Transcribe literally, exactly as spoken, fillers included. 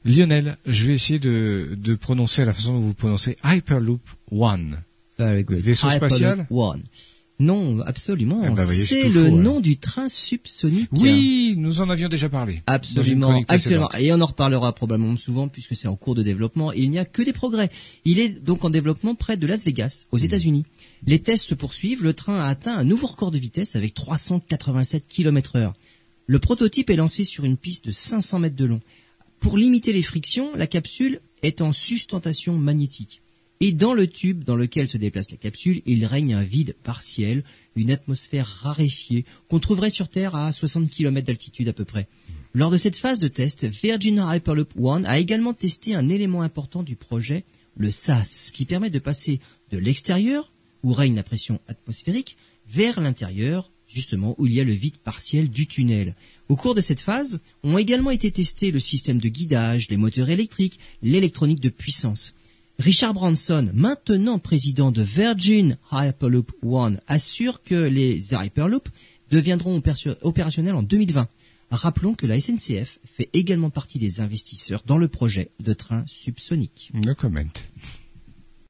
Lionel, je vais essayer de, de prononcer à la façon dont vous prononcez Hyperloop One. Very good. Vaisseau spatial? One. Non, absolument. Eh ben, voyez, c'est tout le faux, nom alors. du train subsonique. Oui, nous en avions déjà parlé. Absolument, absolument. Et on en reparlera probablement souvent puisque c'est en cours de développement et il n'y a que des progrès. Il est donc en développement près de Las Vegas, aux mmh. États-Unis. Les tests se poursuivent. Le train a atteint un nouveau record de vitesse avec trois cent quatre-vingt-sept kilomètres heure. Le prototype est lancé sur une piste de cinq cents mètres de long. Pour limiter les frictions, la capsule est en sustentation magnétique. Et dans le tube dans lequel se déplace la capsule, il règne un vide partiel, une atmosphère raréfiée qu'on trouverait sur Terre à soixante kilomètres d'altitude à peu près. Lors de cette phase de test, Virgin Hyperloop One a également testé un élément important du projet, le S A S, qui permet de passer de l'extérieur, où règne la pression atmosphérique, vers l'intérieur, justement où il y a le vide partiel du tunnel. Au cours de cette phase, ont également été testés le système de guidage, les moteurs électriques, l'électronique de puissance. Richard Branson, maintenant président de Virgin Hyperloop One, assure que les Hyperloop deviendront opérationnels en deux mille vingt. Rappelons que la S N C F fait également partie des investisseurs dans le projet de train subsonique. No comment.